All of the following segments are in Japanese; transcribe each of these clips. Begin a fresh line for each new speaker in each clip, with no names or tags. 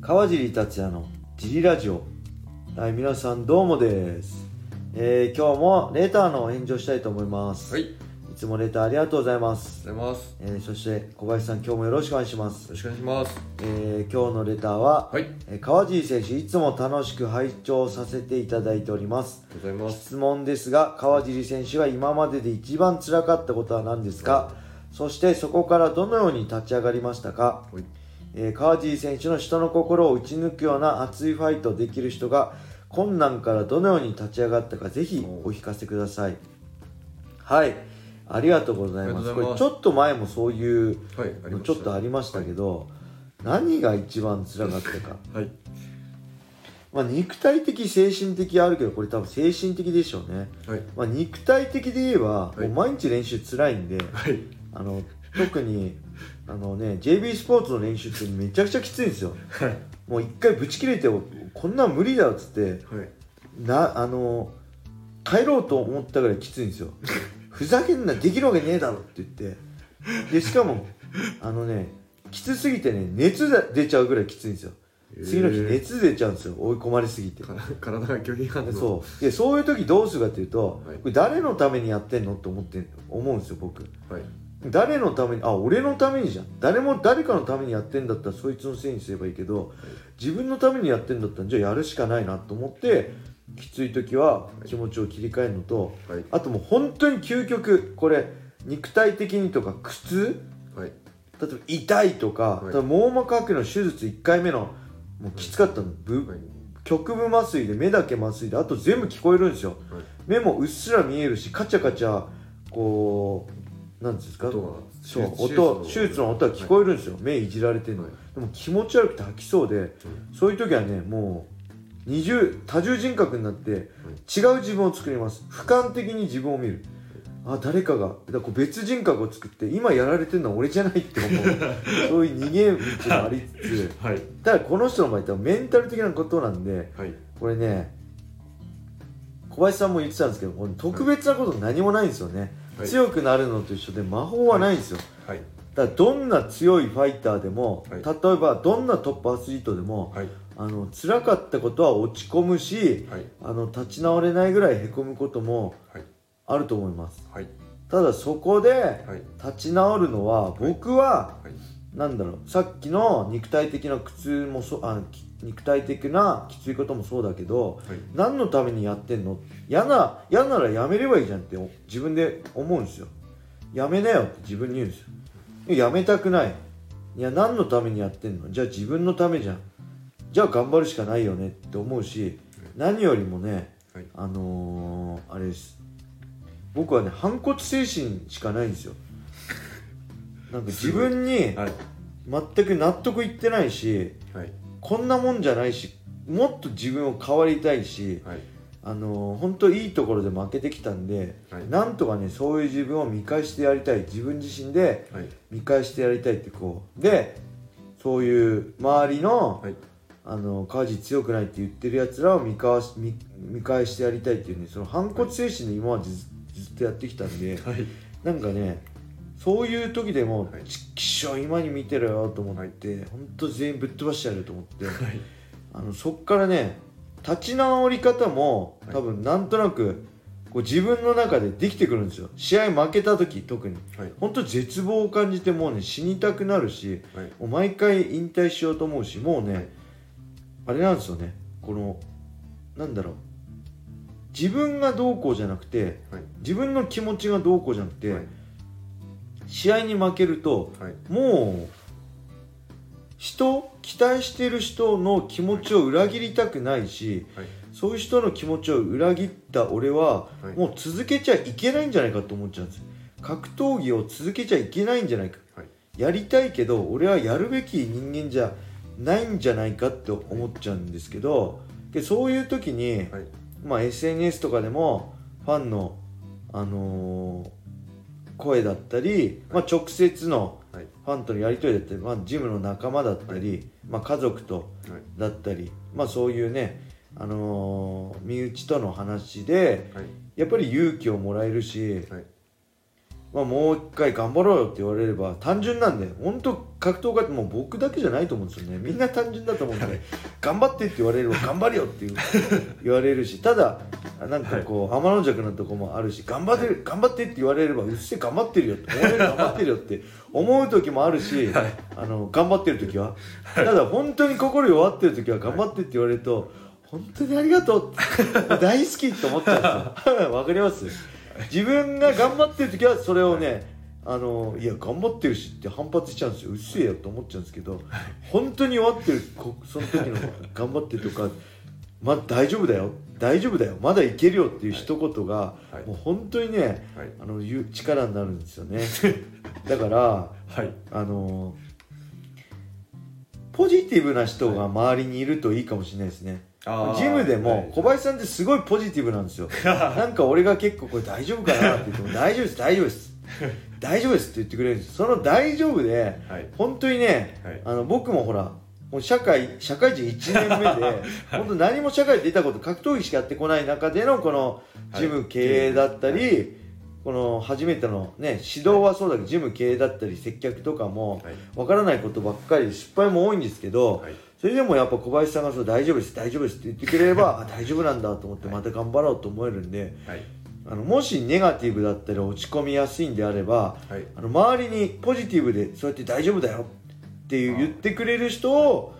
川尻達也のジリラジオ。はい、皆さんどうもです。今日もレターの返事をしたいと思います。
はい。
いつもレターありがとうございます。
ありがとうございます。
そして小林さん、今日もよろしくお願いします。
よろしくお願いします。
今日のレターは、
はい。
川尻選手、いつも楽しく拝聴させていただいております。
ありがとうございます。
質問ですが、川尻選手が今までで一番辛かったことは何ですか？そしてそこからどのように立ち上がりましたか？
はい。
川尻選手の人の心を打ち抜くような熱いファイトできる人が困難からどのように立ち上がったか、ぜひお聞かせください。はい、ありがとうございます。これちょっと前もそういうのちょっとありましたけど、何が一番辛かったか。
はい。
肉体的精神的あるけど、これ多分精神的でしょうね。
はい。
肉体的で言えば、もう毎日練習辛いんで、
はい。
特にJB スポーツの練習ってめちゃくちゃきついんですよ。
はい。
もう一回ブチ切れて、こんなん無理だっつって、
はい。
帰ろうと思ったぐらいきついんですよ。ふざけんな、できるわけねえだろって言って、でしかもきつすぎてね、熱出ちゃうぐらいきついんですよ。次の日熱出ちゃうんですよ、追い込まれすぎて。
体が拒否反応。
そういう時どうするかっていうと、
はい、
これ誰のためにやってんのって思うんですよ、僕。
はい。
誰のために、俺のためにじゃん。誰かのためにやってんだったらそいつのせいにすればいいけど、はい、自分のためにやってんだったらじゃあやるしかないなと思って、きつい時は気持ちを切り替えるのと、はい、あともう本当に究極、これ肉体的にとか苦痛、はい、例えば痛いとか、はい、網膜剥離の手術1回目のもうきつかったの、はい、局部麻酔で目だけ麻酔で、あと全部聞こえるんですよ、はい、目もうっすら見えるし、カチャカチャこうなんですか、手術の音は聞こえるんですよ、はい、目いじられてるの、はい、でも気持ち悪くて吐きそうで、そういう時はね、もう多重人格になって違う自分を作ります。俯瞰的に自分を見る。誰かが別人格を作って、今やられてるのは俺じゃないって思うそういう逃げ道もありつつ、はい、ただこの人の場合はメンタル的なことなんで、はい、これね、小林さんも言ってたんですけど、特別なこと何もないんですよね、はい、強くなるのと一緒で魔法はないんですよ、はいはい、だからどんな強いファイターでも、はい、例えばどんなトップアスリートでも、はい、辛かったことは落ち込むし、はい、立ち直れないぐらいへこむこともあると思います、はい、ただそこで立ち直るのは、僕は、はい、なんだろう、さっきの肉体的な苦痛も肉体的なきついこともそうだけど、はい、何のためにやってんの、嫌ならやめればいいじゃんって自分で思うんですよ。やめなよって自分に言うんですよ。やめたくない。いや、何のためにやってんの、じゃあ自分のためじゃん、じゃあ頑張るしかないよねって思うし、何よりもね、はい、あれです、僕はね、反骨精神しかないんですよ。なんか自分に全く納得いってないし、はい、こんなもんじゃないし、もっと自分を変わりたいし、はい、本当いいところで負けてきたんで、はい、なんとかね、そういう自分を見返してやりたい、自分自身で見返してやりたいってで、そういう周りの、はい、川尻強くないって言ってるやつらを見返してやりたいっていうね、その反骨精神で今までずっとやってきたんで、はい、なんかね、そういう時でも、はい、ちっきしょ今に見てろよと思って、はい、本当全員ぶっ飛ばしてやると思って、はい、そっからね、立ち直り方も多分なんとなく自分の中でできてくるんですよ。試合負けた時特に、はい、本当絶望を感じて、もうね、死にたくなるし、はい、もう毎回引退しようと思うし、もうね、はい、あれなんですよね、なんだろう、自分がどうこうじゃなくて、はい、自分の気持ちがどうこうじゃなくて、はい、試合に負けると、はい、もう期待している人の気持ちを裏切りたくないし、はい、そういう人の気持ちを裏切った俺は、はい、もう続けちゃいけないんじゃないかと思っちゃうんですよ。格闘技を続けちゃいけないんじゃないか、はい、やりたいけど俺はやるべき人間じゃないんじゃないかって思っちゃうんですけど、そういう時に、はい、SNS とかでもファンの、声だったり、直接のファンとのやり取りだったり、ジムの仲間だったり、家族とだったり、そういうね、身内との話で、やっぱり勇気をもらえるし、 もう一回頑張ろうよって言われれば単純なんで、本当格闘家ってもう僕だけじゃないと思うんですよね。みんな単純だと思うんで頑張ってって言われれば頑張るよって言われるし、ただなんかこう天の弱なとこもあるし、頑張ってって言われればうっせえ頑張ってるよって、俺頑張ってるよって思う時もあるし、頑張ってる時は、ただ本当に心弱ってる時は頑張ってって言われると本当にありがとうって大好きって思っちゃうんですよ。わかります？自分が頑張ってる時はそれをね、いや頑張ってるしって反発しちゃうんですよ。うっせえよと思っちゃうんですけど、本当に弱ってるその時の頑張ってるとか、大丈夫だよまだいけるよっていう一言が、もう本当にね、力になるんですよね。だから、ポジティブな人が周りにいるといいかもしれないですね。ジムでも小林さんってすごいポジティブなんですよ。なんか俺が結構これ大丈夫かなって言っても大丈夫ですって言ってくれるんです。その大丈夫で、本当にね、僕もほらもう社会人1年目で本当何も社会で出たこと、格闘技しかやってこない中でのこのジム経営だったり、この初めてのね指導はそうだけど、ジム経営だったり接客とかもわからないことばっかり、失敗も多いんですけど、それでもやっぱ小林さんが大丈夫ですって言ってくれれば大丈夫なんだと思ってまた頑張ろうと思えるんで、もしネガティブだったり落ち込みやすいんであれば、周りにポジティブでそうやって大丈夫だよって言ってくれる人を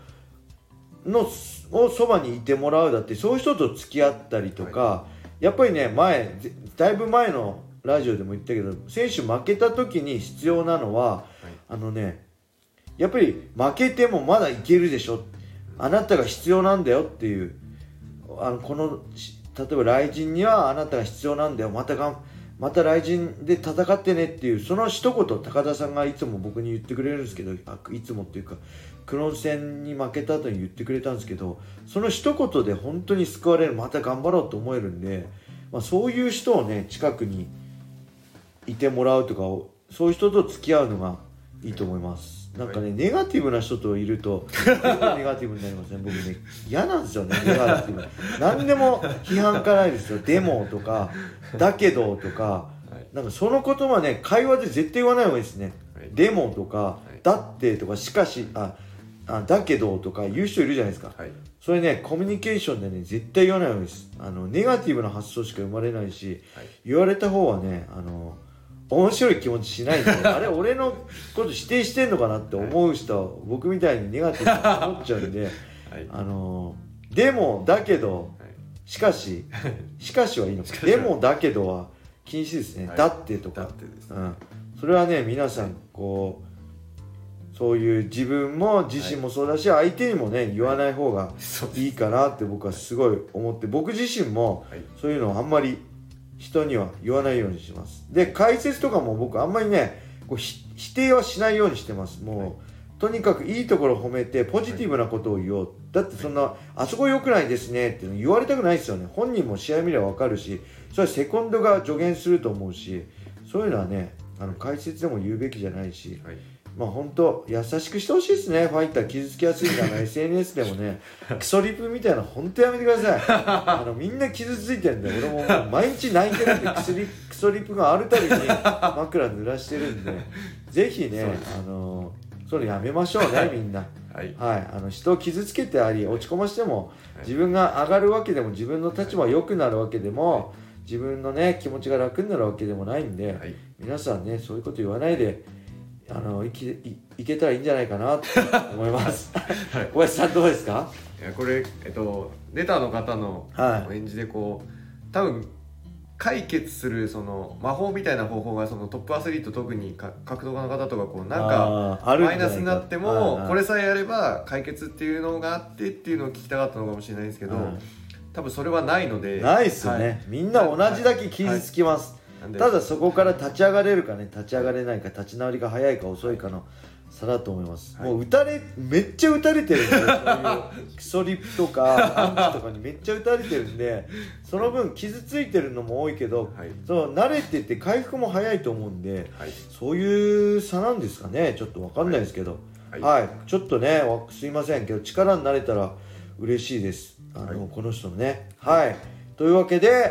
そばにいてもらうだって、そういう人と付き合ったりとか、やっぱりねだいぶ前のラジオでも言ったけど、選手負けた時に必要なのは、やっぱり負けてもまだいけるでしょ、あなたが必要なんだよっていう、この例えば雷神にはあなたが必要なんだよ、また雷神で戦ってねっていう、その一言高田さんがいつも僕に言ってくれるんですけど、いつもっていうかクローン戦に負けた後に言ってくれたんですけど、その一言で本当に救われる、また頑張ろうと思えるんで、そういう人をね近くにいてもらうとか、そういう人と付き合うのがいいと思います。なんかね、ネガティブな人といるとネガティブになりますね。僕ね嫌なんですよね、ネガティブ。何でも批判家ないですよ。でもとかだけどとか、なんかその言葉ね会話で絶対言わない方がいいですね。でもとかだってとかしかしだけどとか言う人いるじゃないですか。それねコミュニケーションでね絶対言わない方がいいです。ネガティブな発想しか生まれないし、言われた方はね面白い気持ちしないんであれ俺のこと否定してんのかなって思う人は僕みたいにネガティブに思っちゃうんで、でもだけどしかしはいいのか、でもだけどは禁止ですね。だってとか、それはね皆さんこうそういう自分も自身もそうだし、相手にもね言わない方がいいかなって僕はすごい思って、僕自身もそういうのをあんまり人には言わないようにします。で解説とかも僕あんまりね否定はしないようにしてます。もうとにかくいいところを褒めてポジティブなことを言おう。だってそんなあそこ良くないですねって言われたくないですよね。本人も試合見れば分かるし、それはセコンドが助言すると思うし、そういうのはね解説でも言うべきじゃないし、本当優しくしてほしいですね。ファイター傷つきやすいからSNS でもねクソリプみたいな本当やめてください。みんな傷ついてるんで、俺ももう毎日泣いてるんでクソリプがあるたびに枕濡らしてるんでぜひねそれやめましょうねみんな。人を傷つけてあり落ち込ましても自分が上がるわけでも、自分の立場が良くなるわけでも、自分のね気持ちが楽になるわけでもないんで、皆さんねそういうこと言わないでいけたらいいんじゃないかなと思います小林さんどうですか？
これ、ネタの方の演じでこう多分解決するその魔法みたいな方法がそのトップアスリート、特に格闘家の方とかこうなんかマイナスになってもこれさえやれば解決っていうのがあってっていうのを聞きたかったのかもしれないですけど、多分それはないので。
ないっすよね、みんな同じだけ傷つきます。ただそこから立ち上がれるかね、立ち上がれないか、立ち直りが早いか遅いかの差だと思います。もうめっちゃ打たれてるんで、そういうクソリップとかアンチとかにめっちゃ打たれてるんで、その分傷ついてるのも多いけど、慣れてて回復も早いと思うんで、そういう差なんですかね。ちょっと分かんないですけど、ちょっとねすいませんけど力になれたら嬉しいです。この人のね。というわけで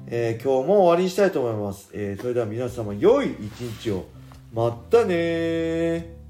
今日も終わりにしたいと思います。それでは皆様良い一日を。またねー。